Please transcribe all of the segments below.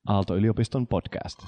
Aalto-yliopiston podcast.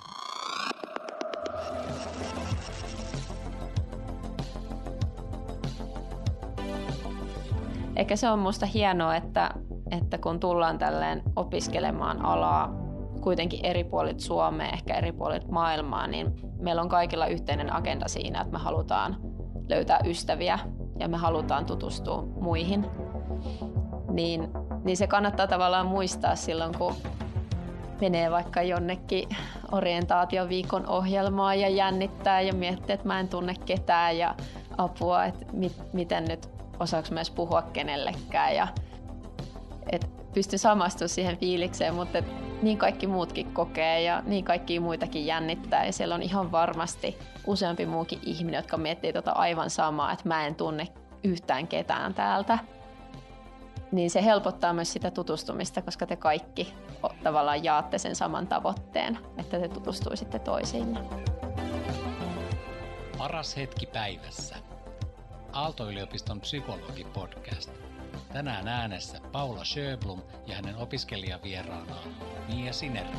Eikä se on musta hienoa, että kun tullaan tälleen opiskelemaan alaa kuitenkin eri puolit Suomea, ehkä eri puolit maailmaa, niin meillä on kaikilla yhteinen agenda siinä, että me halutaan löytää ystäviä ja me halutaan tutustua muihin. Niin se kannattaa tavallaan muistaa silloin, kun menee vaikka jonnekin orientaatioviikon ohjelmaan ja jännittää ja miettii, että mä en tunne ketään ja apua, että miten nyt osaako mä edes puhua kenellekään. Ja, että pystyn samastumaan siihen fiilikseen, mutta niin kaikki muutkin kokee ja niin kaikki muitakin jännittää. Ja siellä on ihan varmasti useampi muukin ihminen, jotka miettii aivan samaa, että mä en tunne yhtään ketään täältä. Niin se helpottaa myös sitä tutustumista, koska te kaikki tavallaan jaatte sen saman tavoitteen, että te tutustuisitte toisiinne. Paras hetki päivässä. Aalto-yliopiston psykologipodcast. Tänään äänessä Paula Sjöblom ja hänen opiskelijavieraanaan Mia Sinervä.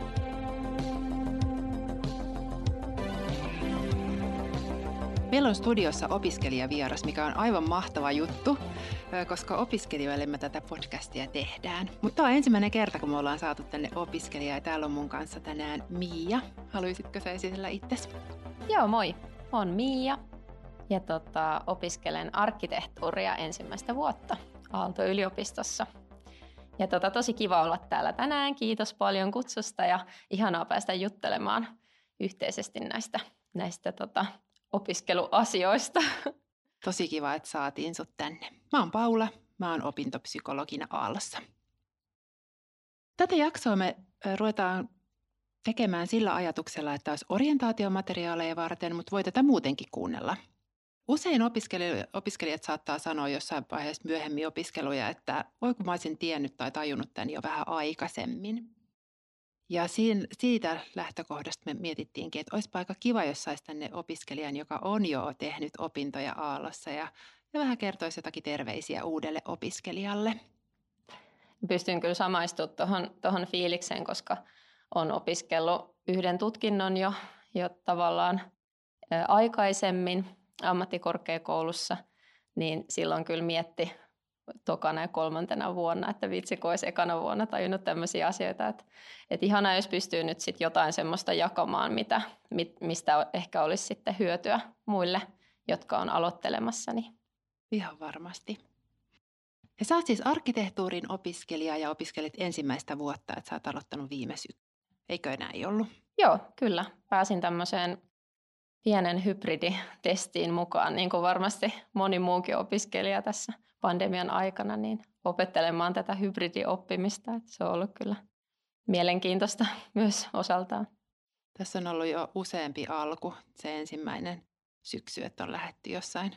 Meillä on studiossa opiskelijavieras, mikä on aivan mahtava juttu, koska opiskelijoille me tätä podcastia tehdään. Mutta tämä on ensimmäinen kerta, kun me ollaan saatu tänne opiskelijaa ja täällä on mun kanssa tänään Mia. Haluaisitko sä esitellä itsesi? Joo, moi. Olen Mia ja opiskelen arkkitehtuuria ensimmäistä vuotta Aalto-yliopistossa. Ja tosi kiva olla täällä tänään. Kiitos paljon kutsusta ja ihanaa päästä juttelemaan yhteisesti näistä opiskeluasioista. Tosi kiva, että saatiin sut tänne. Mä oon Paula, mä oon opintopsykologina Aallossa. Tätä jaksoa me ruvetaan tekemään sillä ajatuksella, että olisi orientaatiomateriaaleja varten, mutta voi tätä muutenkin kuunnella. Usein opiskelijat saattaa sanoa jossain vaiheessa myöhemmin opiskeluja, että voi kun mä olisin tiennyt tai tajunnut tämän jo vähän aikaisemmin. Ja siitä lähtökohdasta me mietittiinkin, että olisipa aika kiva, jos saisi tänne opiskelijan, joka on jo tehnyt opintoja Aallossa ja vähän kertoisi jotakin terveisiä uudelle opiskelijalle. Pystyn kyllä samaistumaan tuohon fiilikseen, koska olen opiskellut yhden tutkinnon jo tavallaan aikaisemmin ammattikorkeakoulussa, niin silloin kyllä mietti tokana ja kolmantena vuonna, että vitsi, kun olisi ekana vuonna tajunnut tämmöisiä asioita, että ihanaa, jos pystyy nyt sitten jotain semmoista jakamaan, mistä ehkä olisi sitten hyötyä muille, jotka on aloittelemassa. Niin. Ihan varmasti. Ja sä oot siis arkkitehtuurin opiskelija ja opiskelit ensimmäistä vuotta, että sä oot aloittanut viime syksynä. Eikö näin ollut? Joo, kyllä. Pääsin tämmöiseen pienen hybriditestiin mukaan, niin kuin varmasti moni muukin opiskelija tässä pandemian aikana, niin opettelemaan tätä hybridioppimista. Että se on ollut kyllä mielenkiintoista myös osaltaan. Tässä on ollut jo useampi alku, se ensimmäinen syksy, että on lähdetty jossain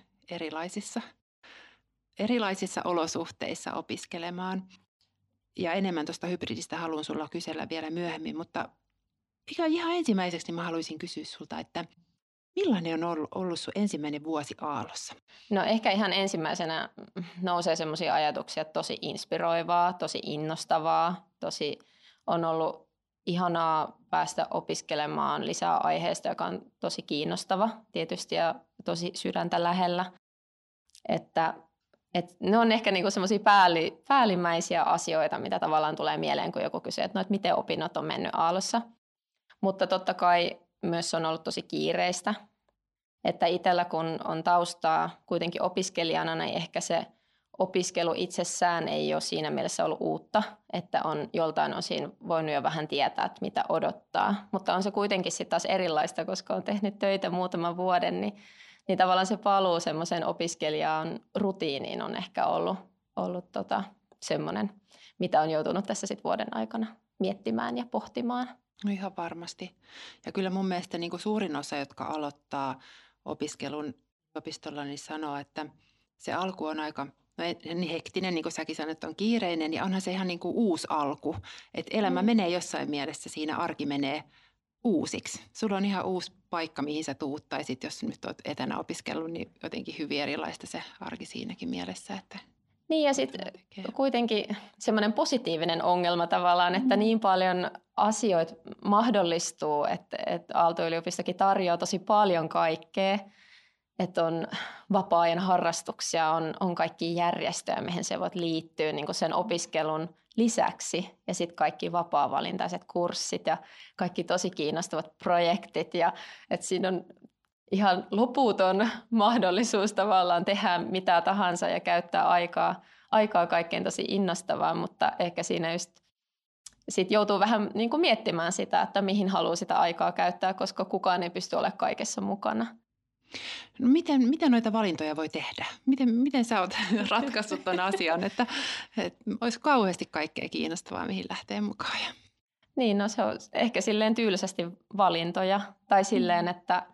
erilaisissa olosuhteissa opiskelemaan. Ja enemmän tuosta hybridistä haluan sulla kysellä vielä myöhemmin, mutta ihan ensimmäiseksi niin mä haluaisin kysyä sulta, että millainen on ollut sun ensimmäinen vuosi Aallossa? No ehkä ihan ensimmäisenä nousee semmoisia ajatuksia, että tosi inspiroivaa, tosi innostavaa, on ollut ihanaa päästä opiskelemaan lisää aiheesta, joka on tosi kiinnostava tietysti ja tosi sydäntä lähellä. Että ne on ehkä niinku semmoisia päällimmäisiä asioita, mitä tavallaan tulee mieleen, kun joku kysyy, että miten opinnot on mennyt Aallossa. Mutta totta kai myös on ollut tosi kiireistä, että itsellä kun on taustaa kuitenkin opiskelijana, niin ehkä se opiskelu itsessään ei ole siinä mielessä ollut uutta, että on joltain osin voinut jo vähän tietää, että mitä odottaa. Mutta on se kuitenkin sitten taas erilaista, koska on tehnyt töitä muutaman vuoden, niin tavallaan se paluu semmoiseen opiskelijan rutiiniin on ehkä ollut semmoinen, mitä on joutunut tässä sitten vuoden aikana miettimään ja pohtimaan. No ihan varmasti. Ja kyllä mun mielestä niin kuin suurin osa, jotka aloittaa opiskelun opistolla, niin sanoo, että se alku on aika niin hektinen, niin kuin säkin sanoit, että on kiireinen ja onhan se ihan niin kuin uusi alku. Että elämä menee jossain mielessä, siinä arki menee uusiksi. Sulla on ihan uusi paikka, mihin sä tuut, tai sit jos nyt oot etänä opiskellut, niin jotenkin hyvin erilaista se arki siinäkin mielessä. Että Niin ja sitten kuitenkin semmoinen positiivinen ongelma tavallaan, että niin paljon asioita mahdollistuu, että Aalto-yliopistokin tarjoaa tosi paljon kaikkea, että on vapaa-ajan harrastuksia, on kaikki järjestöjä, mihin se voit liittyä niin kuin sen opiskelun lisäksi ja sitten kaikki vapaa-valintaiset kurssit ja kaikki tosi kiinnostavat projektit ja että siinä on ihan loputon mahdollisuus tavallaan tehdä mitä tahansa ja käyttää aikaa kaikkein tosi innostavaa, mutta ehkä siinä just sit joutuu vähän niin kuin miettimään sitä, että mihin haluaa sitä aikaa käyttää, koska kukaan ei pysty olemaan kaikessa mukana. No miten noita valintoja voi tehdä? Miten sä oot ratkaissut ton asian, että olisi kauheasti kaikkea kiinnostavaa, mihin lähtee mukaan? Niin, no se on ehkä silleen tylsästi valintoja tai silleen, että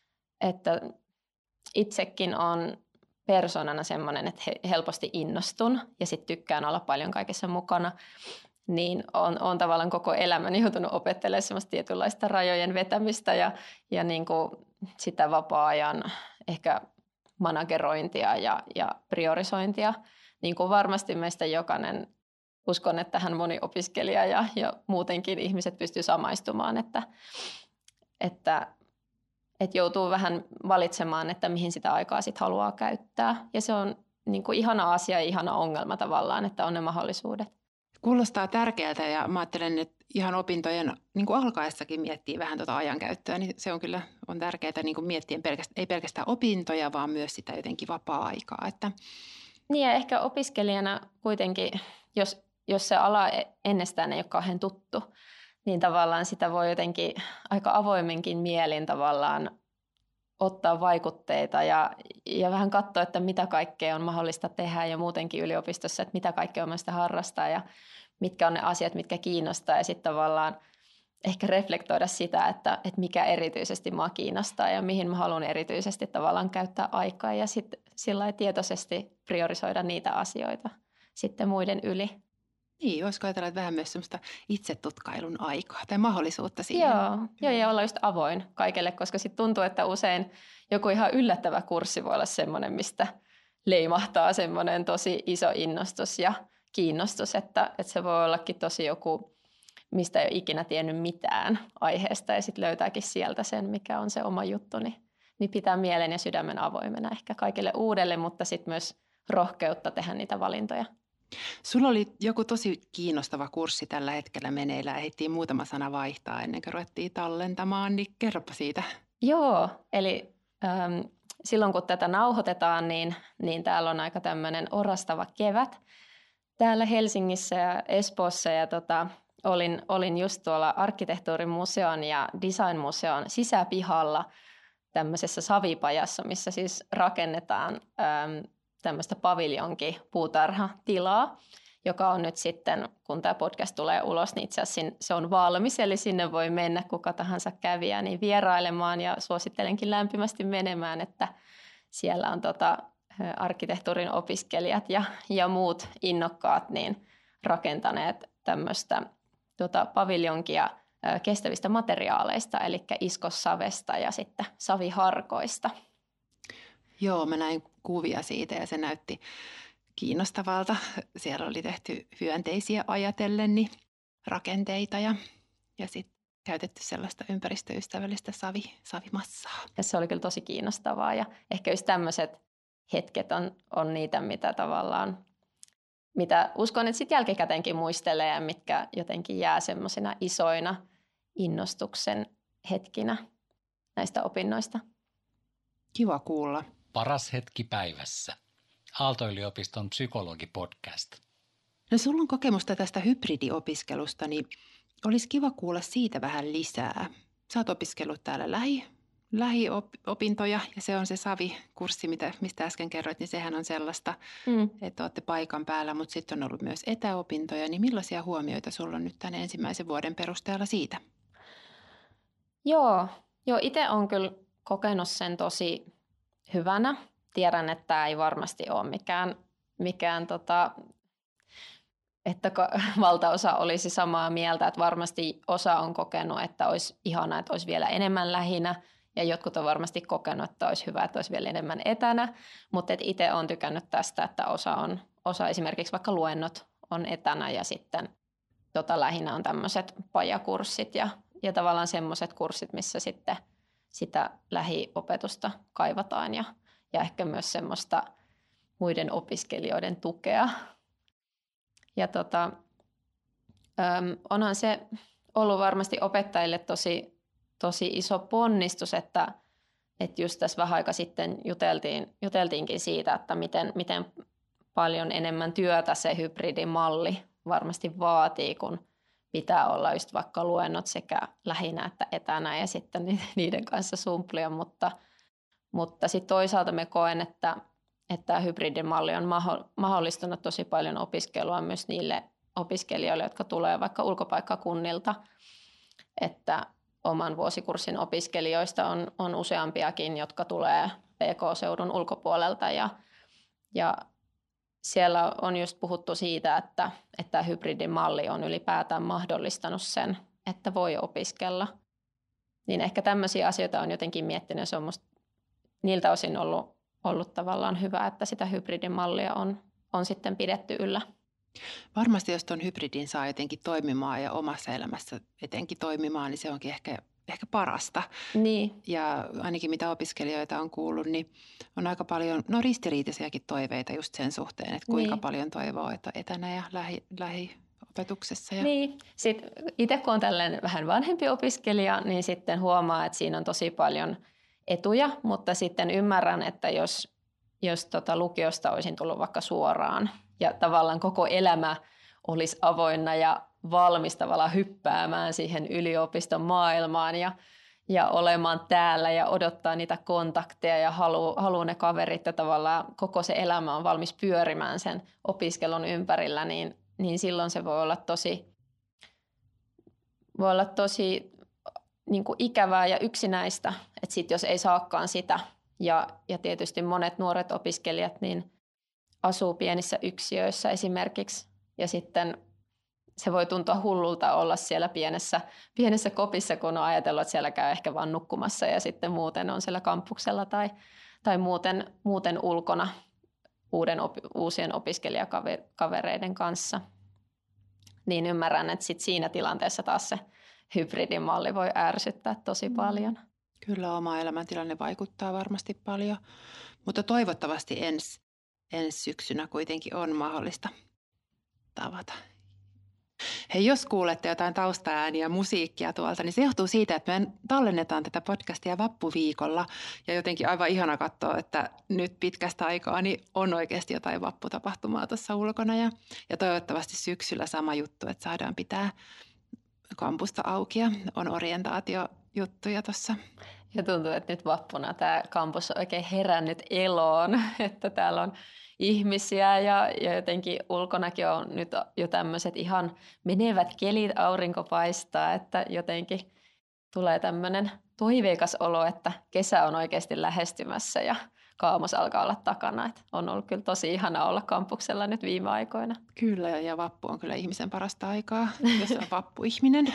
itsekin on persoonana semmoinen, että helposti innostun ja sitten tykkään olla paljon kaikessa mukana, niin on tavallaan koko elämäni joutunut opettelemaan semmoista tietynlaista rajojen vetämistä ja niin kuin sitä vapaa-ajan ehkä managerointia ja priorisointia. Niin kuin varmasti meistä jokainen, uskon, että tähän moni opiskelija ja muutenkin ihmiset pystyy samaistumaan, että joutuu vähän valitsemaan, että mihin sitä aikaa sit haluaa käyttää. Ja se on niin kuin ihana asia ja ihana ongelma tavallaan, että on ne mahdollisuudet. Kuulostaa tärkeältä ja mä ajattelen, että ihan opintojen niin kuin alkaessakin miettii vähän tuota ajankäyttöä, niin se on kyllä tärkeää niin kuin miettiä ei pelkästään opintoja, vaan myös sitä jotenkin vapaa-aikaa. Että... Niin ja ehkä opiskelijana kuitenkin, jos se ala ennestään ei ole kauhean tuttu, niin tavallaan sitä voi jotenkin aika avoimenkin mielin tavallaan ottaa vaikutteita ja vähän katsoa, että mitä kaikkea on mahdollista tehdä ja muutenkin yliopistossa, että mitä kaikkea on mahdollista harrastaa ja mitkä on ne asiat, mitkä kiinnostaa ja sitten tavallaan ehkä reflektoida sitä, että mikä erityisesti mua kiinnostaa ja mihin mä haluan erityisesti tavallaan käyttää aikaa ja sitten sillä lailla tietoisesti priorisoida niitä asioita sitten muiden yli. Niin, olisiko ajatella vähän myös semmoista itsetutkailun aikaa tai mahdollisuutta siihen? Joo, ja olla just avoin kaikelle, koska sitten tuntuu, että usein joku ihan yllättävä kurssi voi olla semmoinen, mistä leimahtaa semmoinen tosi iso innostus ja kiinnostus, että se voi ollakin tosi joku, mistä ei ole ikinä tiennyt mitään aiheesta ja sitten löytääkin sieltä sen, mikä on se oma juttu, niin pitää mielen ja sydämen avoimena ehkä kaikille uudelle, mutta sitten myös rohkeutta tehdä niitä valintoja. Sulla oli joku tosi kiinnostava kurssi tällä hetkellä meneillään. Ehdittiin muutama sana vaihtaa ennen kuin ruvettiin tallentamaan, niin kerropa siitä. Joo, eli silloin kun tätä nauhoitetaan, niin täällä on aika tämmöinen orastava kevät täällä Helsingissä ja Espoossa. Ja olin just tuolla Arkkitehtuurimuseon ja Designmuseon sisäpihalla tämmöisessä savipajassa, missä siis rakennetaan tämmöistä paviljonki-puutarhatilaa, joka on nyt sitten, kun tämä podcast tulee ulos, niin itse asiassa se on valmis, eli sinne voi mennä kuka tahansa kävijä niin vierailemaan, ja suosittelenkin lämpimästi menemään, että siellä on arkkitehtuurin opiskelijat ja muut innokkaat niin rakentaneet tämmöistä paviljonkia kestävistä materiaaleista, eli iskossavesta ja sitten saviharkoista. Joo, mä näin kuvia siitä ja se näytti kiinnostavalta. Siellä oli tehty hyönteisiä ajatellen niin rakenteita ja sitten käytetty sellaista ympäristöystävällistä savimassaa. Ja se oli kyllä tosi kiinnostavaa ja ehkä just tämmöiset hetket on niitä, mitä tavallaan, mitä uskon, että sitten jälkikäteenkin muistelee ja mitkä jotenkin jää semmoisina isoina innostuksen hetkinä näistä opinnoista. Kiva kuulla. Paras hetki päivässä. Aalto-yliopiston psykologipodcast. No sulla on kokemusta tästä hybridiopiskelusta, niin olisi kiva kuulla siitä vähän lisää. Sä oot opiskellut täällä lähiopintoja ja se on se savikurssi, mistä äsken kerroit, niin sehän on sellaista, että olette paikan päällä, mutta sitten on ollut myös etäopintoja. Niin millaisia huomioita sulla on nyt tämän ensimmäisen vuoden perusteella siitä? Joo, itse olen kyllä kokenut sen tosi hyvänä. Tiedän, että tämä ei varmasti ole mikään että valtaosa olisi samaa mieltä, että varmasti osa on kokenut, että olisi ihanaa, että olisi vielä enemmän lähinä ja jotkut on varmasti kokenut, että olisi hyvä, että olisi vielä enemmän etänä, mutta itse olen tykännyt tästä, että osa osa esimerkiksi vaikka luennot on etänä ja sitten lähinnä on tämmöiset pajakurssit ja tavallaan semmoiset kurssit, missä sitten sitä lähiopetusta kaivataan ja ehkä myös semmoista muiden opiskelijoiden tukea. Ja onhan se ollut varmasti opettajille tosi iso ponnistus, että just tässä vähän aika sitten juteltiinkin siitä, että miten paljon enemmän työtä se hybridimalli varmasti vaatii, kun pitää olla just vaikka luennot sekä lähinnä että etänä ja sitten niiden kanssa sumplia, mutta sitten toisaalta me koen, että tämä hybridimalli on mahdollistanut tosi paljon opiskelua myös niille opiskelijoille, jotka tulee vaikka ulkopaikkakunnilta, että oman vuosikurssin opiskelijoista on useampiakin, jotka tulee PK-seudun ulkopuolelta ja siellä on just puhuttu siitä, että hybridimalli on ylipäätään mahdollistanut sen, että voi opiskella. Niin ehkä tämmöisiä asioita on jotenkin miettinyt ja se on musta niiltä osin ollut tavallaan hyvä, että sitä hybridimallia on sitten pidetty yllä. Varmasti jos tuon hybridin saa jotenkin toimimaan ja omassa elämässä etenkin toimimaan, niin se onkin ehkä parasta. Niin. Ja ainakin mitä opiskelijoita on kuullut, niin on aika paljon ristiriitaisiakin toiveita just sen suhteen, että kuinka paljon toivoo, että etänä ja lähiopetuksessa. Niin. Sitten itse kun on tällainen vähän vanhempi opiskelija, niin sitten huomaa, että siinä on tosi paljon etuja, mutta sitten ymmärrän, että jos lukiosta olisin tullut vaikka suoraan ja tavallaan koko elämä olisi avoinna ja valmis tavallaan hyppäämään siihen yliopiston maailmaan ja olemaan täällä ja odottaa niitä kontakteja ja haluaa ne kaverit ja tavallaan koko se elämä on valmis pyörimään sen opiskelun ympärillä, niin silloin se voi olla tosi niin kuin ikävää ja yksinäistä, että sit jos ei saakaan sitä ja tietysti monet nuoret opiskelijat niin asuu pienissä yksiöissä esimerkiksi ja sitten se voi tuntua hullulta olla siellä pienessä kopissa, kun on ajatellut, että siellä käy ehkä vaan nukkumassa ja sitten muuten on siellä kampuksella tai muuten ulkona uusien opiskelijakavereiden kanssa. Niin ymmärrän, että sit siinä tilanteessa taas se hybridimalli voi ärsyttää tosi paljon. Kyllä oma elämäntilanne vaikuttaa varmasti paljon, mutta toivottavasti ensi syksynä kuitenkin on mahdollista tavata. Hei, jos kuulette jotain taustaääniä ja musiikkia tuolta, niin se johtuu siitä, että me tallennetaan tätä podcastia vappuviikolla. Ja jotenkin aivan ihana katsoa, että nyt pitkästä aikaa niin on oikeasti jotain vapputapahtumaa tuossa ulkona. Ja toivottavasti syksyllä sama juttu, että saadaan pitää kampusta auki ja on orientaatiojuttuja tuossa. Ja tuntuu, että nyt vappuna tämä kampus on oikein herännyt eloon, että täällä on ihmisiä ja jotenkin ulkonakin on nyt jo tämmöiset ihan menevät kelit, aurinko paistaa, että jotenkin tulee tämmöinen toiveikas olo, että kesä on oikeasti lähestymässä ja kaamos alkaa olla takana. Että on ollut kyllä tosi ihana olla kampuksella nyt viime aikoina. Kyllä, ja vappu on kyllä ihmisen parasta aikaa, jos on vappuihminen.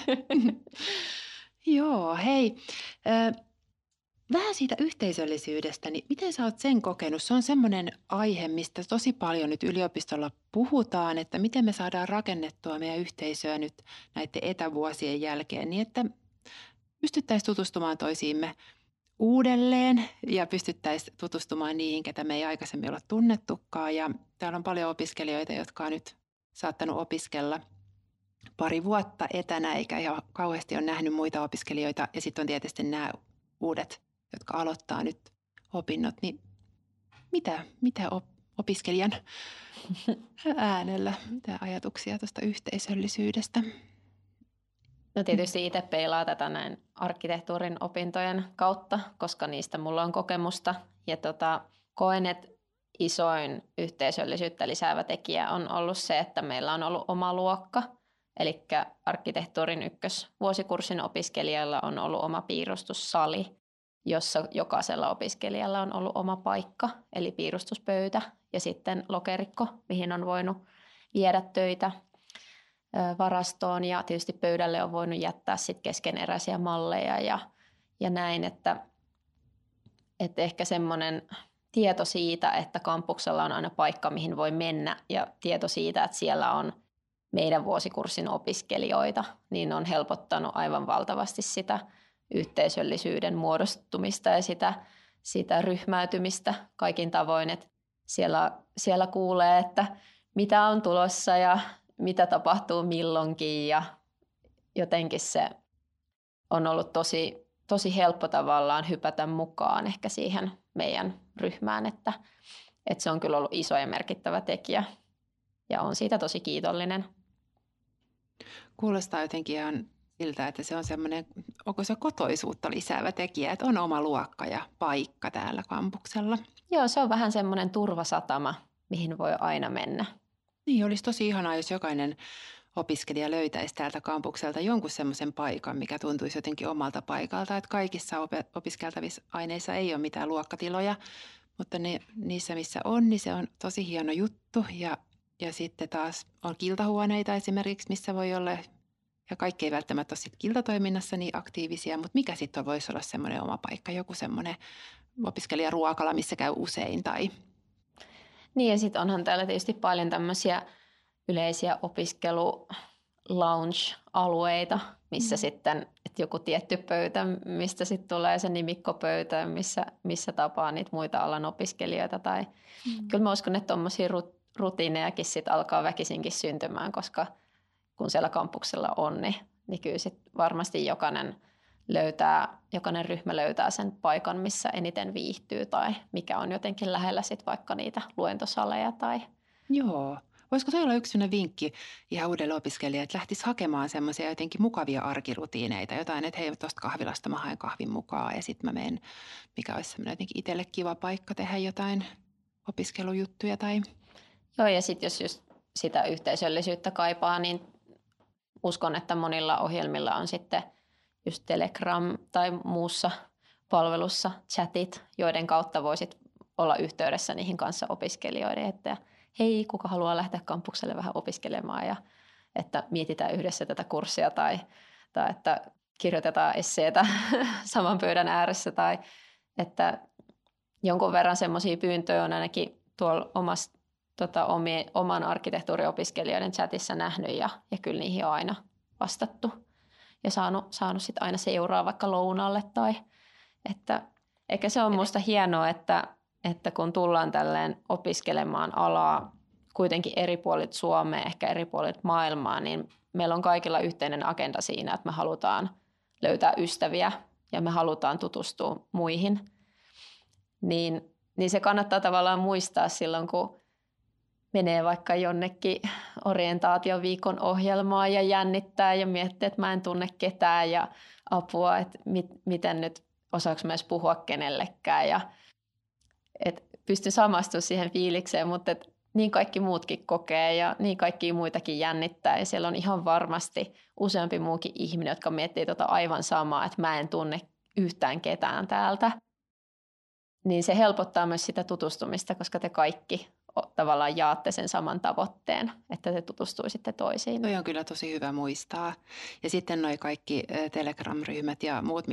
Joo, hei. Vähän siitä yhteisöllisyydestä, niin miten sä oot sen kokenut? Se on semmoinen aihe, mistä tosi paljon nyt yliopistolla puhutaan, että miten me saadaan rakennettua meidän yhteisöä nyt näiden etävuosien jälkeen, niin että pystyttäisiin tutustumaan toisiimme uudelleen ja pystyttäisiin tutustumaan niihin, ketä me ei aikaisemmin olla tunnettukaan. Ja täällä on paljon opiskelijoita, jotka on nyt saattanut opiskella pari vuotta etänä, eikä ihan kauheasti ole nähnyt muita opiskelijoita. Ja sitten on tietysti nämä uudet, jotka aloittaa nyt opinnot, niin mitä opiskelijan äänellä, mitä ajatuksia tuosta yhteisöllisyydestä? No tietysti itse peilaa tätä näin arkkitehtuurin opintojen kautta, koska niistä mulla on kokemusta. Ja koen, että isoin yhteisöllisyyttä lisäävä tekijä on ollut se, että meillä on ollut oma luokka. Eli arkkitehtuurin ykkösvuosikurssin opiskelijalla on ollut oma piirustussali, jossa jokaisella opiskelijalla on ollut oma paikka, eli piirustuspöytä ja sitten lokerikko, mihin on voinut viedä töitä varastoon ja tietysti pöydälle on voinut jättää sit keskeneräisiä malleja ja näin, että ehkä semmoinen tieto siitä, että kampuksella on aina paikka, mihin voi mennä ja tieto siitä, että siellä on meidän vuosikurssin opiskelijoita, niin on helpottanut aivan valtavasti sitä yhteisöllisyyden muodostumista ja sitä ryhmäytymistä kaikin tavoin, että siellä kuulee, että mitä on tulossa ja mitä tapahtuu milloinkin ja jotenkin se on ollut tosi helppo tavallaan hypätä mukaan ehkä siihen meidän ryhmään, että se on kyllä ollut iso ja merkittävä tekijä ja on siitä tosi kiitollinen. Kuulostaa jotenkin ihan siltä, että se on semmoinen, onko se kotoisuutta lisäävä tekijä, että on oma luokka ja paikka täällä kampuksella. Joo, se on vähän semmoinen turvasatama, mihin voi aina mennä. Niin, olisi tosi ihanaa, jos jokainen opiskelija löytäisi täältä kampukselta jonkun semmoisen paikan, mikä tuntuisi jotenkin omalta paikalta. Että kaikissa opiskeltavissa aineissa ei ole mitään luokkatiloja, mutta niissä missä on, niin se on tosi hieno juttu. Ja sitten taas on kiltahuoneita esimerkiksi, missä voi olla, ja kaikki ei välttämättä ole sit kiltatoiminnassa niin aktiivisia, mutta mikä sitten voisi olla semmoinen oma paikka, joku semmoinen opiskelijaruokala, missä käy usein tai... Niin ja sitten onhan täällä tietysti paljon tämmöisiä yleisiä opiskelu-lounge-alueita, missä sitten, että joku tietty pöytä, mistä sitten tulee se nimikkopöytä, missä tapaa niitä muita alan opiskelijoita. Tai kyllä mä uskon, että tuommoisia rutiinejakin sitten alkaa väkisinkin syntymään, koska kun siellä kampuksella on, niin kyllä sitten varmasti jokainen ryhmä löytää sen paikan, missä eniten viihtyy tai mikä on jotenkin lähellä sitten vaikka niitä luentosaleja. Joo. Voisiko se olla yksi sellainen vinkki ihan uudelle opiskelijalle, että lähtisi hakemaan semmoisia jotenkin mukavia arkirutiineita, jotain, että hei, tuosta kahvilasta mä haen kahvin mukaan ja sitten mä menen, mikä olisi semmoinen jotenkin itselle kiva paikka tehdä jotain opiskelujuttuja tai... Joo, ja sitten jos just sitä yhteisöllisyyttä kaipaa, niin uskon, että monilla ohjelmilla on sitten just Telegram tai muussa palvelussa chatit, joiden kautta voisit olla yhteydessä niihin kanssa opiskelijoiden, että hei, kuka haluaa lähteä kampukselle vähän opiskelemaan ja että mietitään yhdessä tätä kurssia tai että kirjoitetaan esseitä saman pöydän ääressä tai että jonkun verran semmoisia pyyntöjä on ainakin tuolla oman arkkitehtuuriopiskelijoiden chatissa nähnyt ja kyllä niihin on aina vastattu ja saanut sit aina seuraa vaikka lounaalle tai että eikä se on musta hienoa, että kun tullaan tälleen opiskelemaan alaa kuitenkin eri puolit Suomea, ehkä eri puolit maailmaa, niin meillä on kaikilla yhteinen agenda siinä, että me halutaan löytää ystäviä ja me halutaan tutustua muihin. Niin se kannattaa tavallaan muistaa silloin, kun menee vaikka jonnekin orientaatioviikon ohjelmaan ja jännittää ja miettii, että mä en tunne ketään ja apua, että miten nyt osaako mä edes puhua kenellekään ja että pystyn samastumaan siihen fiilikseen, mutta niin kaikki muutkin kokee ja niin kaikki muitakin jännittää ja siellä on ihan varmasti useampi muukin ihminen, jotka miettii aivan samaa, että mä en tunne yhtään ketään täältä. Niin se helpottaa myös sitä tutustumista, koska te kaikki tavallaan jaatte sen saman tavoitteen, että te tutustuisitte toisiin. Toi on kyllä tosi hyvä muistaa. Ja sitten noi kaikki Telegram-ryhmät ja muut,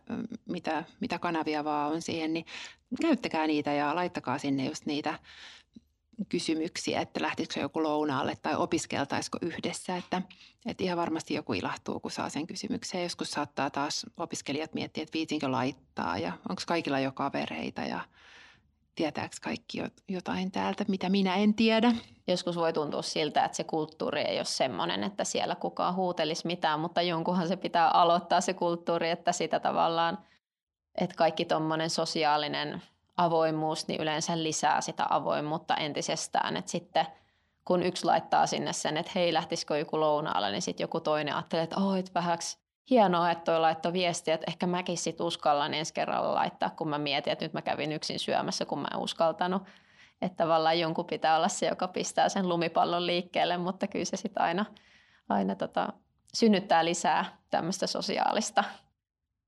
mitä kanavia vaan on siihen, niin käyttäkää niitä ja laittakaa sinne just niitä kysymyksiä, että lähtisikö joku lounaalle tai opiskeltaisiko yhdessä. Että ihan varmasti joku ilahtuu, kun saa sen kysymyksen. Joskus saattaa taas opiskelijat miettiä, että viitinkö laittaa ja onko kaikilla jo kavereita ja tietääkö kaikki jotain täältä, mitä minä en tiedä. Joskus voi tuntua siltä, että se kulttuuri ei ole semmoinen, että siellä kukaan huutelisi mitään, mutta jonkunhan se pitää aloittaa se kulttuuri, että sitä tavallaan, että kaikki tommoinen sosiaalinen avoimuus niin yleensä lisää sitä avoimuutta entisestään, että sitten kun yksi laittaa sinne sen, että hei, lähtisikö joku lounaalle, niin sitten joku toinen ajattelee, että että vähäksi hienoa, että toi laittoi viestiä, että ehkä mäkin sit uskallan ensi kerralla laittaa, kun mä mietin, että nyt mä kävin yksin syömässä, kun mä en uskaltanut. Että tavallaan jonkun pitää olla se, joka pistää sen lumipallon liikkeelle, mutta kyllä se sitten aina synnyttää lisää tämmöistä sosiaalista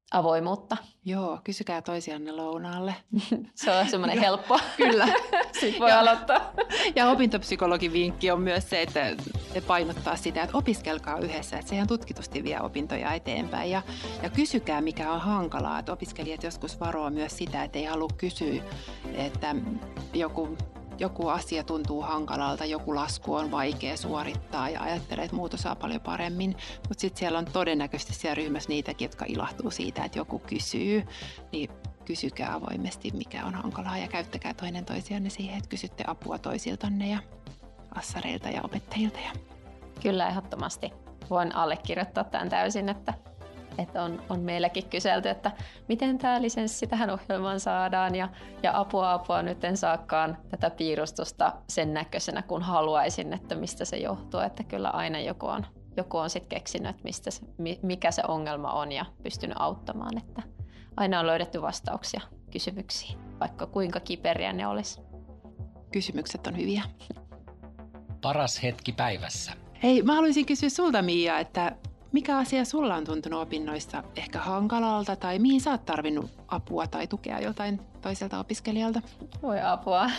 avoimuutta. Joo, kysykää toisianne lounaalle. Se on semmoinen helppo. Kyllä. Sitten voi aloittaa. Ja opintopsykologin vinkki on myös se, että painottaa sitä, että opiskelkaa yhdessä. Että sehän tutkitusti vie opintoja eteenpäin. Ja kysykää, mikä on hankalaa. Että opiskelijat joskus varoa myös sitä, että ei halua kysyä, että joku asia tuntuu hankalalta, joku lasku on vaikea suorittaa ja ajattelee, että muut osaa paljon paremmin. Mutta sitten siellä on todennäköisesti siellä ryhmässä niitäkin, jotka ilahtuu siitä, että joku kysyy. Niin kysykää avoimesti, mikä on hankalaa ja käyttäkää toinen toisianne siihen, että kysytte apua toisiltanne ja assareilta ja opettajilta. Kyllä ehdottomasti. Voin allekirjoittaa tämän täysin, että on meilläkin kyselty, että miten tämä lisenssi tähän ohjelmaan saadaan ja apua nyt en saakaan tätä piirustusta sen näköisenä kun haluaisin, että mistä se johtuu, että kyllä aina joku on sitten keksinyt, että mikä se ongelma on ja pystynyt auttamaan, että aina on löydetty vastauksia kysymyksiin, vaikka kuinka kiperiä ne olisi. Kysymykset on hyviä. Paras hetki päivässä. Hei, mä haluaisin kysyä sulta, Miia, että mikä asia sulla on tuntunut opinnoissa ehkä hankalalta tai mihin sä oot tarvinnut apua tai tukea joltain toiselta opiskelijalta? Voi apua.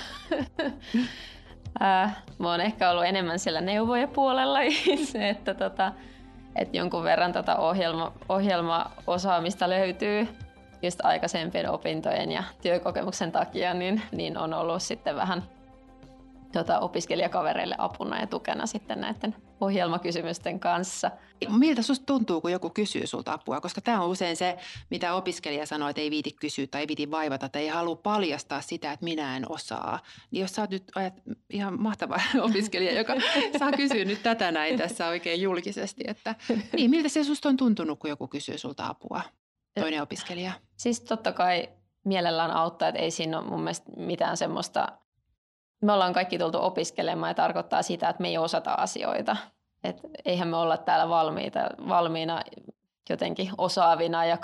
Mä oon ehkä ollut enemmän siellä neuvojapuolella itse, että jonkun verran ohjelmaosaamista löytyy just aikaisempien opintojen ja työkokemuksen takia, niin on ollut sitten vähän opiskelijakavereille apuna ja tukena sitten näiden ohjelmakysymysten kanssa. Miltä susta tuntuu, kun joku kysyy sulta apua? Koska tämä on usein se, mitä opiskelija sanoo, että ei viiti kysyä tai ei viiti vaivata tai ei halua paljastaa sitä, että minä en osaa. Niin jos sä oot nyt ihan mahtava opiskelija, joka saa kysyä nyt tätä näin tässä oikein julkisesti. Että, niin, miltä se susta on tuntunut, kun joku kysyy sulta apua, toinen opiskelija? Siis totta kai mielellään auttaa, että ei siinä ole mun mielestä mitään semmoista. Me ollaan kaikki tultu opiskelemaan ja tarkoittaa sitä, että me ei osata asioita. Et eihän me olla täällä valmiina jotenkin osaavina ja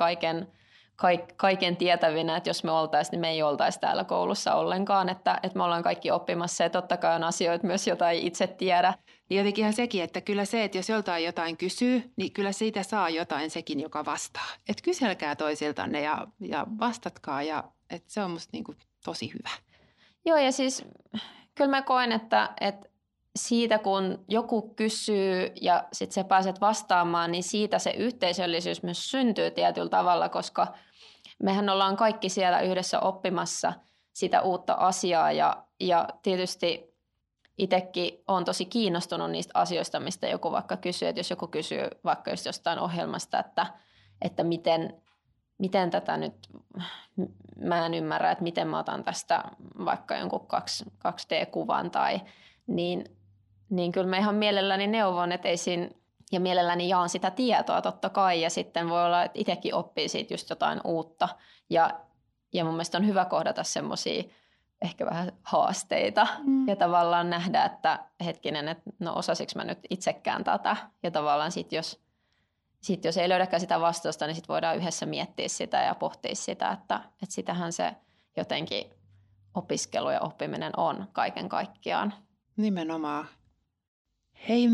kaiken tietävinä, että jos me oltaisiin, niin me ei oltaisi täällä koulussa ollenkaan. Että me ollaan kaikki oppimassa ja totta kai on asioita myös, jota ei itse tiedä. Niin jotenkinhan sekin, että kyllä se, että jos joltain jotain kysyy, niin kyllä siitä saa jotain sekin, joka vastaa. Että kyselkää toisiltanne ja vastatkaa ja että se on musta niinku tosi hyvä. Joo, ja siis kyllä mä koen, että siitä kun joku kysyy ja sitten sä pääset vastaamaan, niin siitä se yhteisöllisyys myös syntyy tietyllä tavalla, koska mehän ollaan kaikki siellä yhdessä oppimassa sitä uutta asiaa ja tietysti itsekin olen tosi kiinnostunut niistä asioista, mistä joku vaikka kysyy, että jos joku kysyy vaikka just jostain ohjelmasta, että miten tätä nyt, mä en ymmärrä, että miten mä otan tästä vaikka jonkun 2D-kuvan niin kyllä mä ihan mielelläni neuvon, että ei siinä, ja mielelläni jaan sitä tietoa totta kai, ja sitten voi olla, että itsekin oppii siitä just jotain uutta, ja mun mielestä on hyvä kohdata semmoisia ehkä vähän haasteita, ja tavallaan nähdä, että hetkinen, että no osasinko mä nyt itsekään tätä, ja tavallaan sitten jos ei löydäkään sitä vastausta, niin sitten voidaan yhdessä miettiä sitä ja pohtia sitä, että sitähän se jotenkin opiskelu ja oppiminen on kaiken kaikkiaan. Nimenomaan. Hei,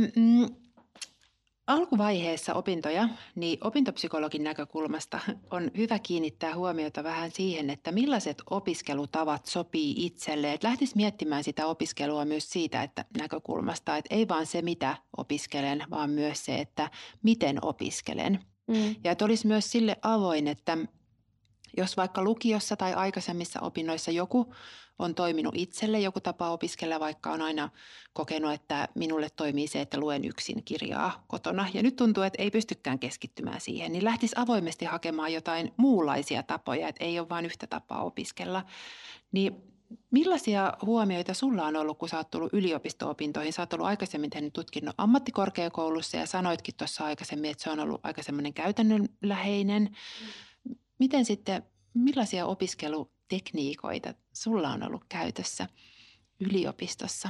alkuvaiheessa opintoja, niin opintopsykologin näkökulmasta on hyvä kiinnittää huomiota vähän siihen, että millaiset opiskelutavat sopii itselle. Että lähtisi miettimään sitä opiskelua myös siitä että näkökulmasta, että ei vaan se mitä opiskelen, vaan myös se, että miten opiskelen. Ja että olisi myös sille avoin, että jos vaikka lukiossa tai aikaisemmissa opinnoissa joku on toiminut itselle, joku tapa opiskella, vaikka on aina kokenut, että minulle toimii se, että luen yksin kirjaa kotona. Ja nyt tuntuu, että ei pystykään keskittymään siihen, niin lähtisi avoimesti hakemaan jotain muunlaisia tapoja, että ei ole vain yhtä tapaa opiskella. Niin millaisia huomioita sulla on ollut, kun sä oot tullut yliopisto-opintoihin? Sä oot ollut aikaisemmin tehnyt tutkinnon ammattikorkeakoulussa ja sanoitkin tuossa aikaisemmin, että se on ollut aika semmoinen käytännönläheinen. Miten sitten, millaisia opiskelutekniikoita sulla on ollut käytössä yliopistossa?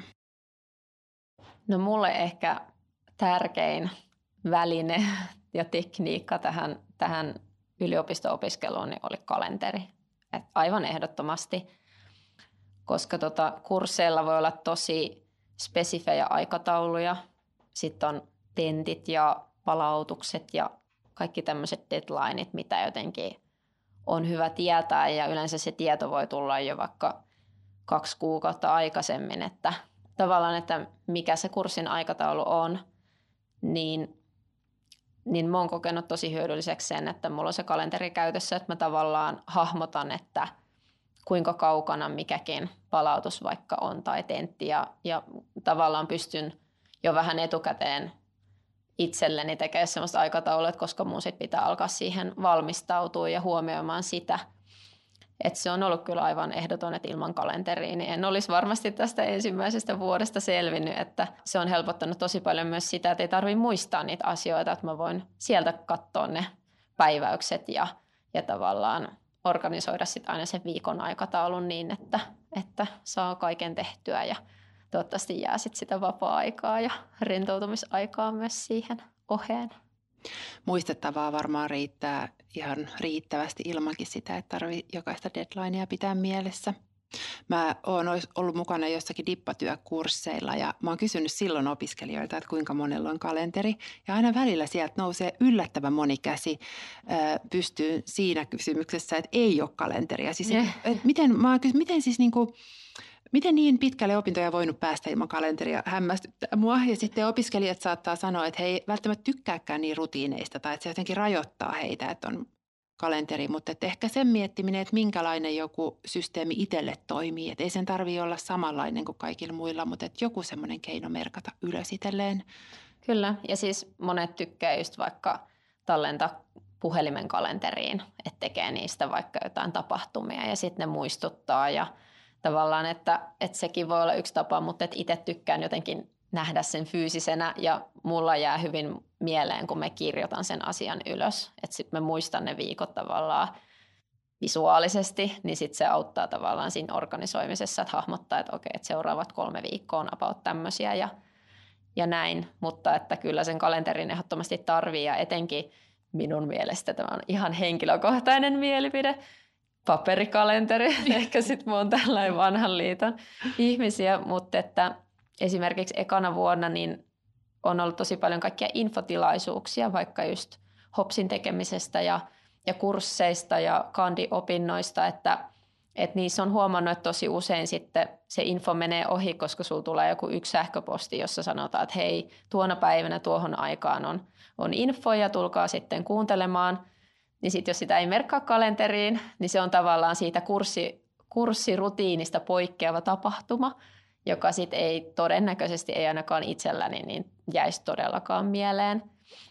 No mulle ehkä tärkein väline ja tekniikka tähän yliopisto-opiskeluun niin oli kalenteri. Et aivan ehdottomasti, koska kursseilla voi olla tosi spesifejä aikatauluja. Sitten on tentit ja palautukset ja kaikki tämmöiset deadlineit, mitä jotenkin on hyvä tietää ja yleensä se tieto voi tulla jo vaikka 2 kuukautta aikaisemmin, että tavallaan, että mikä se kurssin aikataulu on, niin mä oon kokenut tosi hyödylliseksi sen, että mulla on se kalenteri käytössä, että mä tavallaan hahmotan, että kuinka kaukana mikäkin palautus vaikka on tai tentti ja tavallaan pystyn jo vähän etukäteen itselleni tekemään sellaista aikataulua, koska mun sit pitää alkaa siihen valmistautua ja huomioimaan sitä. Et se on ollut kyllä aivan ehdoton, että ilman kalenteria niin en olisi varmasti tästä ensimmäisestä vuodesta selvinnyt, että se on helpottanut tosi paljon myös sitä, että ei tarvitse muistaa niitä asioita, että mä voin sieltä katsoa ne päiväykset ja tavallaan organisoida sitten aina sen viikon aikataulun niin, että saa kaiken tehtyä ja toivottavasti jää sit sitä vapaa-aikaa ja rentoutumisaikaa myös siihen oheen. Muistettavaa varmaan riittää ihan riittävästi ilmankin sitä, että tarvitsee jokaista deadlinea pitää mielessä. Mä oon ollut mukana jossakin dippatyökursseilla ja mä oon kysynyt silloin opiskelijoilta, että kuinka monella on kalenteri. Ja aina välillä sieltä nousee yllättävän moni käsi pystyyn siinä kysymyksessä, että ei ole kalenteria. Siis, miten siis niinku, miten niin pitkälle opintoja voinut päästä ilman kalenteria, hämmästyttää mua. Ja sitten opiskelijat saattaa sanoa, että he ei välttämättä tykkääkään niin rutiineista tai että se jotenkin rajoittaa heitä, että on kalenteri. Mutta että ehkä sen miettiminen, että minkälainen joku systeemi itselle toimii. Että ei sen tarvitse olla samanlainen kuin kaikilla muilla, mutta että joku semmoinen keino merkata ylös itselleen. Kyllä, ja siis monet tykkää just vaikka tallentaa puhelimen kalenteriin, että tekee niistä vaikka jotain tapahtumia ja sitten ne muistuttaa ja tavallaan, että sekin voi olla yksi tapa, mutta että itse tykkään jotenkin nähdä sen fyysisenä ja mulla jää hyvin mieleen, kun mä kirjoitan sen asian ylös. Että sitten mä muistan ne viikot tavallaan visuaalisesti, niin sitten se auttaa tavallaan siinä organisoimisessa, että hahmottaa, että okei, että seuraavat 3 viikkoa on about tämmöisiä ja näin. Mutta että kyllä sen kalenterin ehdottomasti tarvii ja etenkin minun mielestä tämä on ihan henkilökohtainen mielipide. Paperikalenteri, ehkä sitten mä oon tällainen vanhan liiton ihmisiä, mutta että esimerkiksi ekana vuonna niin on ollut tosi paljon kaikkia infotilaisuuksia, vaikka just Hopsin tekemisestä ja kursseista ja kandiopinnoista, että niissä on huomannut, että tosi usein sitten se info menee ohi, koska sulla tulee joku yksi sähköposti, jossa sanotaan, että hei, tuona päivänä tuohon aikaan on info ja tulkaa sitten kuuntelemaan. Niin sitten jos sitä ei merkkaa kalenteriin, niin se on tavallaan siitä kurssirutiinista poikkeava tapahtuma, joka sitten ei todennäköisesti, ei ainakaan itselläni, niin jäisi todellakaan mieleen.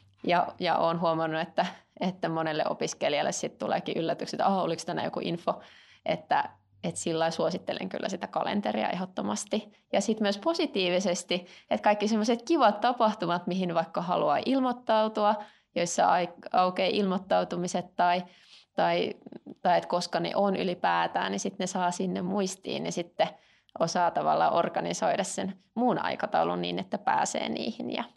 Ja olen huomannut, että monelle opiskelijalle sitten tuleekin yllätyksiä, että oliko tänään joku info, että sillä lailla suosittelen kyllä sitä kalenteria ehdottomasti. Ja sitten myös positiivisesti, että kaikki sellaiset kivat tapahtumat, mihin vaikka haluaa ilmoittautua, joissa aukeaa ilmoittautumiset tai että koska ne on ylipäätään, niin sitten ne saa sinne muistiin ja sitten osaa tavallaan organisoida sen muun aikataulun niin, että pääsee niihin ja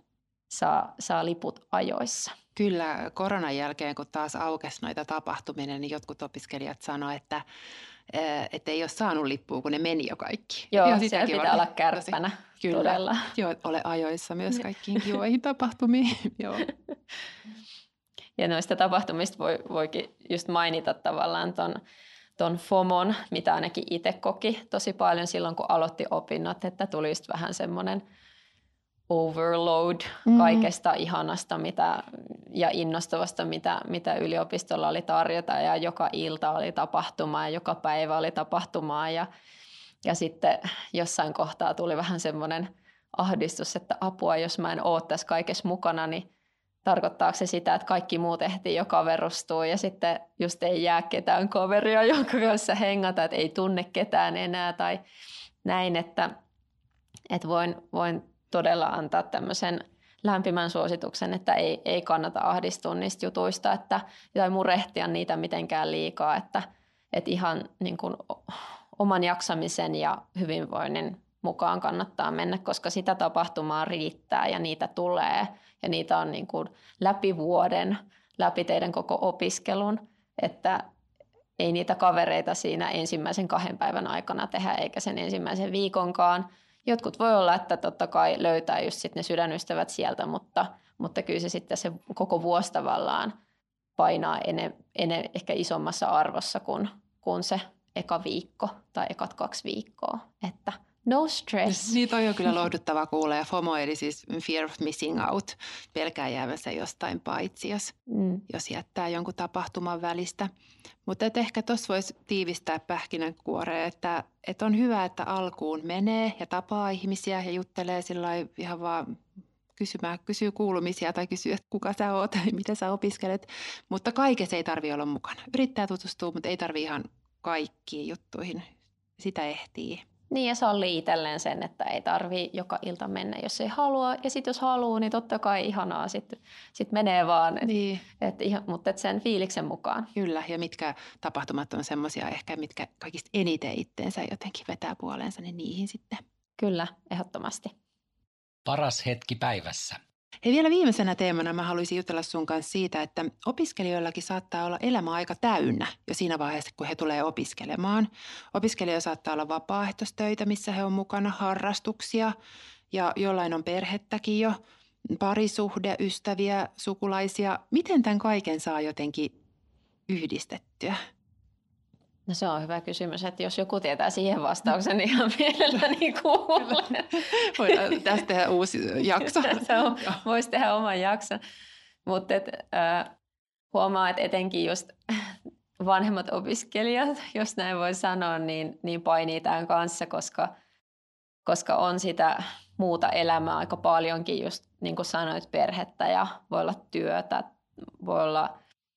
saa liput ajoissa. Kyllä, koronan jälkeen, kun taas aukesi noita tapahtumia, niin jotkut opiskelijat sanoivat, että ei ole saanut lippua, kun ne meni jo kaikki. Joo, siellä pitää olla kärppänä. Kyllä, todella. Joo, ole ajoissa myös kaikkiin kivoihin tapahtumiin. Joo. Ja noista tapahtumista voikin just mainita tavallaan ton FOMON, mitä ainakin itse koki tosi paljon silloin, kun aloitti opinnot, että tuli just vähän semmoinen overload kaikesta ihanasta ja innostavasta, mitä yliopistolla oli tarjota ja joka ilta oli tapahtumaa ja joka päivä oli tapahtumaa ja sitten jossain kohtaa tuli vähän semmoinen ahdistus, että apua, jos mä en ole tässä kaikessa mukana, niin tarkoittaako se sitä, että kaikki muut ehtii jo kaverustua ja sitten just ei jää ketään kaveria, jonka kanssa hengata, että ei tunne ketään enää tai näin, että voin todella antaa tämmöisen lämpimän suosituksen, että ei kannata ahdistua niistä jutuista tai murehtia niitä mitenkään liikaa, että ihan niin kuin oman jaksamisen ja hyvinvoinnin mukaan kannattaa mennä, koska sitä tapahtumaa riittää ja niitä tulee ja niitä on niin kuin läpi vuoden, läpi teidän koko opiskelun, että ei niitä kavereita siinä ensimmäisen 2 päivän aikana tehdä eikä sen ensimmäisen viikonkaan. Jotkut voi olla, että totta kai löytää just sit ne sydänystävät sieltä, mutta mutta kyllä se sitten se koko vuosi tavallaan painaa ehkä isommassa arvossa kuin se eka viikko tai ekat 2 viikkoa, että no stress. Niin toi on kyllä lohduttava kuulla ja FOMO eli siis fear of missing out, pelkää jäävänsä jostain paitsi, jos jättää jonkun tapahtuman välistä. Mutta ehkä tuossa voisi tiivistää pähkinänkuoreen, että on hyvä, että alkuun menee ja tapaa ihmisiä ja juttelee sillai ihan vaan kysyy kuulumisia tai kysyy, että kuka sä oot ja mitä sä opiskelet. Mutta kaikessa ei tarvitse olla mukana. Yrittää tutustua, mutta ei tarvitse ihan kaikkiin juttuihin. Sitä ehtii. Niin ja sallii itselleen sen, että ei tarvitse joka ilta mennä, jos ei halua. Ja sitten jos haluaa, niin totta kai ihanaa, sitten menee vaan, Niin. mutta sen fiiliksen mukaan. Kyllä, ja mitkä tapahtumat on semmoisia ehkä, mitkä kaikista eniten itteensä jotenkin vetää puoleensa, niin niihin sitten. Kyllä, ehdottomasti. Paras hetki päivässä. Hei, vielä viimeisenä teemana mä haluaisin jutella sun kanssa siitä, että opiskelijoillakin saattaa olla elämä aika täynnä jo siinä vaiheessa, kun he tulee opiskelemaan. Opiskelijoilla saattaa olla vapaaehtoistöitä, missä he on mukana, harrastuksia ja jollain on perhettäkin jo, parisuhde, ystäviä, sukulaisia. Miten tämän kaiken saa jotenkin yhdistettyä? No se on hyvä kysymys, että jos joku tietää siihen vastauksen, niin ihan mielelläni kuulen. Voidaan tästä tehdä uusi jakso. Voisi tehdä oman jakson, mutta huomaa, että etenkin just vanhemmat opiskelijat, jos näin voi sanoa, niin painii tämän kanssa, koska on sitä muuta elämää aika paljonkin, just niin kuin sanoit, perhettä ja voi olla työtä, voi olla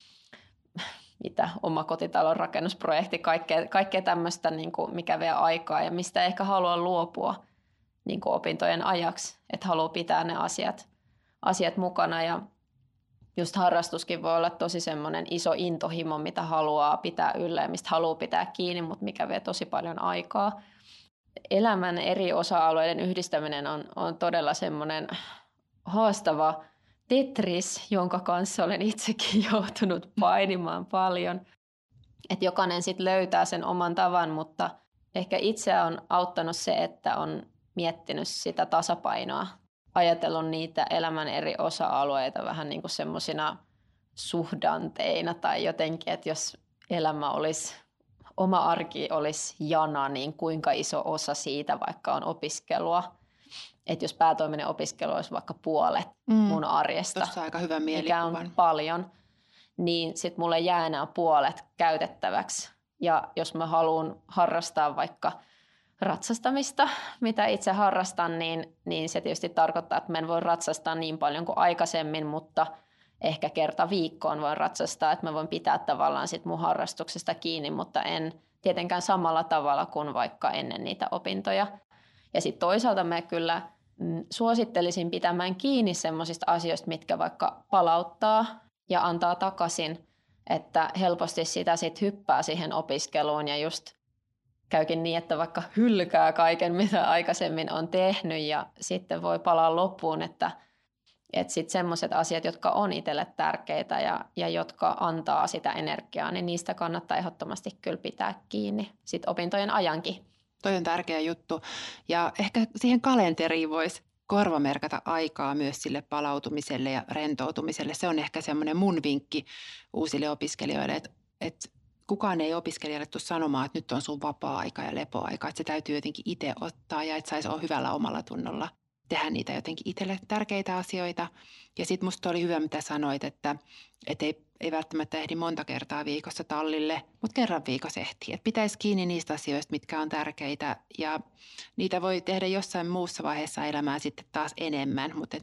omakotitalon rakennusprojekti, kaikkea tämmöistä, niin kuin mikä vie aikaa ja mistä ehkä haluaa luopua niin kuin opintojen ajaksi, että haluaa pitää ne asiat mukana ja just harrastuskin voi olla tosi semmoinen iso intohimo, mitä haluaa pitää yllä ja mistä haluaa pitää kiinni, mutta mikä vie tosi paljon aikaa. Elämän eri osa-alueiden yhdistäminen on todella semmoinen haastava Tetris, jonka kanssa olen itsekin joutunut painimaan paljon. Että jokainen sitten löytää sen oman tavan, mutta ehkä itseä on auttanut se, että on miettinyt sitä tasapainoa, ajatellut niitä elämän eri osa-alueita vähän niin kuin semmoisina suhdanteina tai jotenkin, että jos oma arki olisi jana, niin kuinka iso osa siitä vaikka on opiskelua. Että jos päätoiminen opiskelu olisi vaikka puolet mun arjesta, Tuossa aika hyvä mikä on paljon, niin sitten mulle jää enää puolet käytettäväksi. Ja jos mä haluan harrastaa vaikka ratsastamista, mitä itse harrastan, niin se tietysti tarkoittaa, että mä en voi ratsastaa niin paljon kuin aikaisemmin, mutta ehkä kerta viikkoon voin ratsastaa, että mä voin pitää tavallaan sit mun harrastuksesta kiinni, mutta en tietenkään samalla tavalla kuin vaikka ennen niitä opintoja. Ja sitten toisaalta mä kyllä suosittelisin pitämään kiinni semmoisista asioista, mitkä vaikka palauttaa ja antaa takaisin, että helposti sitä sitten hyppää siihen opiskeluun ja just käykin niin, että vaikka hylkää kaiken, mitä aikaisemmin on tehnyt ja sitten voi palaa loppuun, että sitten semmoiset asiat, jotka on itselle tärkeitä ja jotka antaa sitä energiaa, niin niistä kannattaa ehdottomasti kyllä pitää kiinni sitten opintojen ajankin. Toi on tärkeä juttu ja ehkä siihen kalenteriin voisi korvamerkata aikaa myös sille palautumiselle ja rentoutumiselle. Se on ehkä semmoinen mun vinkki uusille opiskelijoille, että kukaan ei opiskelijalle tule sanomaan, että nyt on sun vapaa-aika ja lepoaika, että se täytyy jotenkin itse ottaa ja että saisi olla hyvällä omalla tunnolla tehdä niitä jotenkin itselle tärkeitä asioita. Ja sitten musta oli hyvä, mitä sanoit, että ei välttämättä ehdi monta kertaa viikossa tallille, mutta kerran viikossa ehtii. Että pitäisi kiinni niistä asioista, mitkä on tärkeitä ja niitä voi tehdä jossain muussa vaiheessa elämää sitten taas enemmän, mutta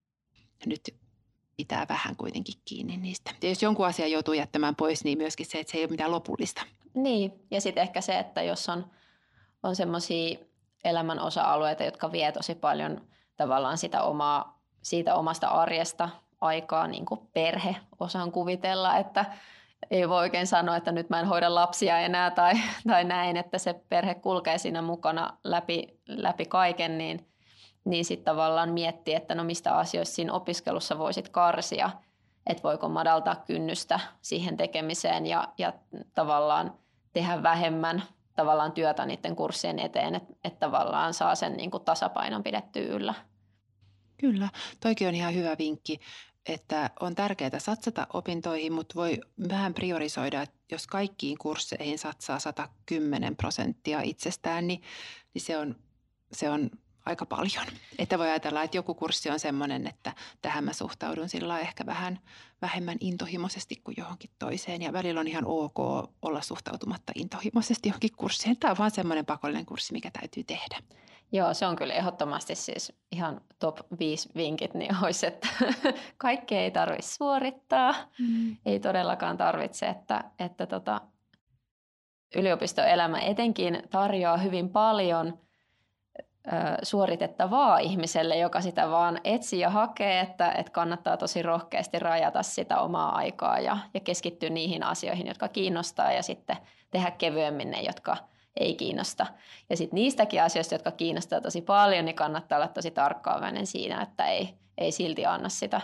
nyt pitää vähän kuitenkin kiinni niistä. Ja jos jonkun asian joutuu jättämään pois, niin myöskin se, että se ei ole mitään lopullista. Niin, ja sitten ehkä se, että jos on semmoisia elämän osa-alueita, jotka vie tosi paljon tavallaan siitä omasta arjesta aikaa, niin kuin perhe, osaan kuvitella, että ei voi oikein sanoa, että nyt mä en hoida lapsia enää tai näin, että se perhe kulkee siinä mukana läpi kaiken, niin sitten tavallaan miettiä, että no mistä asioista siinä opiskelussa voisit karsia, että voiko madaltaa kynnystä siihen tekemiseen ja tavallaan tehdä vähemmän tavallaan työtä niiden kurssien eteen, että tavallaan saa sen niin kuin tasapainon pidettyä yllä. Kyllä, toikin on ihan hyvä vinkki, että on tärkeää satsata opintoihin, mutta voi vähän priorisoida, että jos kaikkiin kursseihin satsaa 110% itsestään, niin se on aika paljon. Että voi ajatella, että joku kurssi on sellainen, että tähän mä suhtaudun sillä ehkä vähän vähemmän intohimoisesti kuin johonkin toiseen. Ja välillä on ihan ok olla suhtautumatta intohimoisesti johonkin kurssiin. Tämä on vaan semmoinen pakollinen kurssi, mikä täytyy tehdä. Joo, se on kyllä ehdottomasti siis ihan top 5 vinkit, niin olisi, että kaikkea ei tarvitse suorittaa. Ei todellakaan tarvitse, että yliopistoelämä etenkin tarjoaa hyvin paljon suoritettavaa ihmiselle, joka sitä vaan etsii ja hakee, että kannattaa tosi rohkeasti rajata sitä omaa aikaa ja keskittyä niihin asioihin, jotka kiinnostaa ja sitten tehdä kevyemmin ne, jotka ei kiinnosta. Ja sitten niistäkin asioista, jotka kiinnostaa tosi paljon, niin kannattaa olla tosi tarkkaavainen siinä, että ei silti anna sitä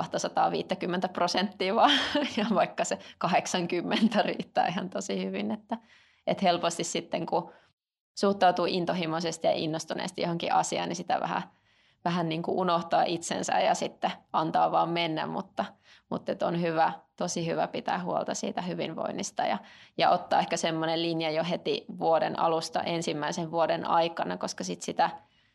250%, vaan ja vaikka se 80 riittää ihan tosi hyvin, että helposti sitten kun suhtautuu intohimoisesti ja innostuneesti johonkin asiaan, niin sitä vähän niin kuin unohtaa itsensä ja sitten antaa vaan mennä, mutta on hyvä, tosi hyvä pitää huolta siitä hyvinvoinnista ja ottaa ehkä semmoinen linja jo heti vuoden alusta ensimmäisen vuoden aikana, koska sitten sitä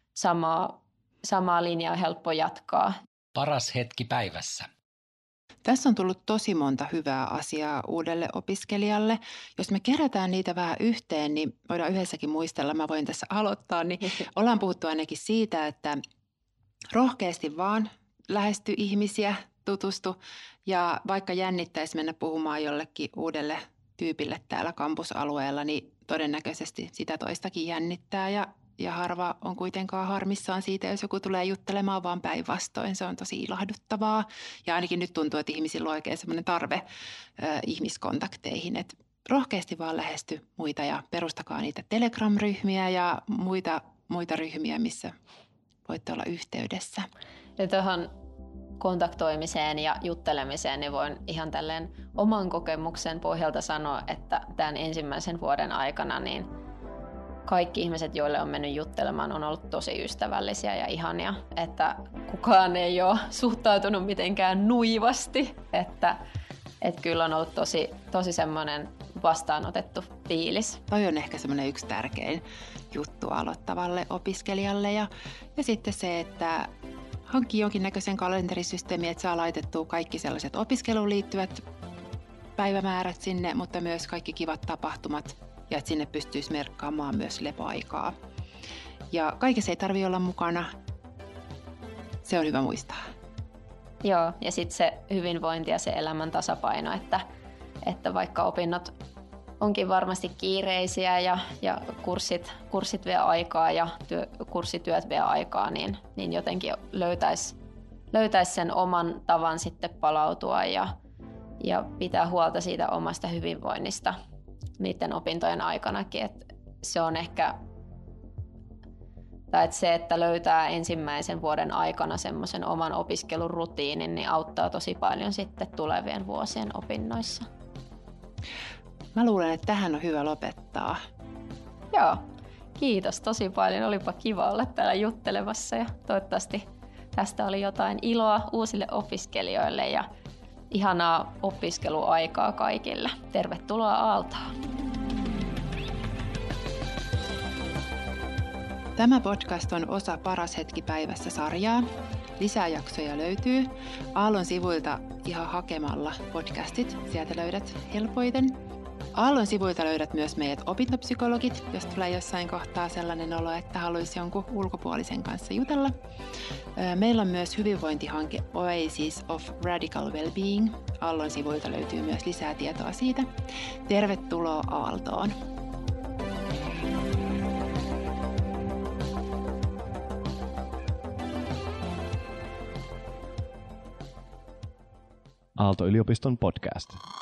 samaa linjaa on helppo jatkaa. Paras hetki päivässä. Tässä on tullut tosi monta hyvää asiaa uudelle opiskelijalle. Jos me kerätään niitä vähän yhteen, niin voidaan yhdessäkin muistella, mä voin tässä aloittaa, niin ollaan puhuttu ainakin siitä, että rohkeasti vaan lähesty ihmisiä, tutustu ja vaikka jännittäisi mennä puhumaan jollekin uudelle tyypille täällä kampusalueella, niin todennäköisesti sitä toistakin jännittää ja harva on kuitenkaan harmissaan siitä, jos joku tulee juttelemaan, vaan päinvastoin. Se on tosi ilahduttavaa. Ja ainakin nyt tuntuu, että ihmisillä on oikein semmoinen tarve ihmiskontakteihin. Että rohkeasti vaan lähesty muita ja perustakaa niitä Telegram-ryhmiä ja muita ryhmiä, missä voitte olla yhteydessä. Ja tuohon kontaktoimiseen ja juttelemiseen, niin voin ihan tälleen oman kokemuksen pohjalta sanoa, että tämän ensimmäisen vuoden aikana niin kaikki ihmiset, joille on mennyt juttelemaan, on ollut tosi ystävällisiä ja ihania, että kukaan ei ole suhtautunut mitenkään nuivasti, että kyllä on ollut tosi semmoinen vastaanotettu fiilis. Toi on ehkä semmoinen yksi tärkein juttu aloittavalle opiskelijalle ja sitten se, että hankkii jonkinnäköisen kalenterisysteemi, että saa laitettua kaikki sellaiset opiskeluun liittyvät päivämäärät sinne, mutta myös kaikki kivat tapahtumat ja että sinne pystyisi merkkaamaan myös lepoaikaa. Ja kaikessa ei tarvitse olla mukana. Se on hyvä muistaa. Joo, ja sitten se hyvinvointi ja se elämän tasapaino, että vaikka opinnot onkin varmasti kiireisiä ja kurssit vie aikaa ja kurssityöt vie aikaa, niin jotenkin löytäisi sen oman tavan sitten palautua ja pitää huolta siitä omasta hyvinvoinnista niiden opintojen aikanakin. Että se on ehkä, tai että se, että löytää ensimmäisen vuoden aikana semmoisen oman opiskelurutiinin, niin auttaa tosi paljon sitten tulevien vuosien opinnoissa. Mä luulen, että tähän on hyvä lopettaa. Joo, kiitos tosi paljon. Olipa kiva olla täällä juttelemassa ja toivottavasti tästä oli jotain iloa uusille opiskelijoille ja ihanaa opiskeluaikaa kaikille. Tervetuloa Aaltoon. Tämä podcast on osa Paras hetki päivässä -sarjaa. Lisää jaksoja löytyy Aallon sivuilta ihan hakemalla podcastit. Sieltä löydät helpoiten. Aallon sivuilta löydät myös meidät opintopsykologit, jos tulee jossain kohtaa sellainen olo, että haluaisi jonkun ulkopuolisen kanssa jutella. Meillä on myös hyvinvointihanke Oasis of Radical Wellbeing. Aallon sivuilta löytyy myös lisää tietoa siitä. Tervetuloa Aaltoon! Aalto-yliopiston podcast.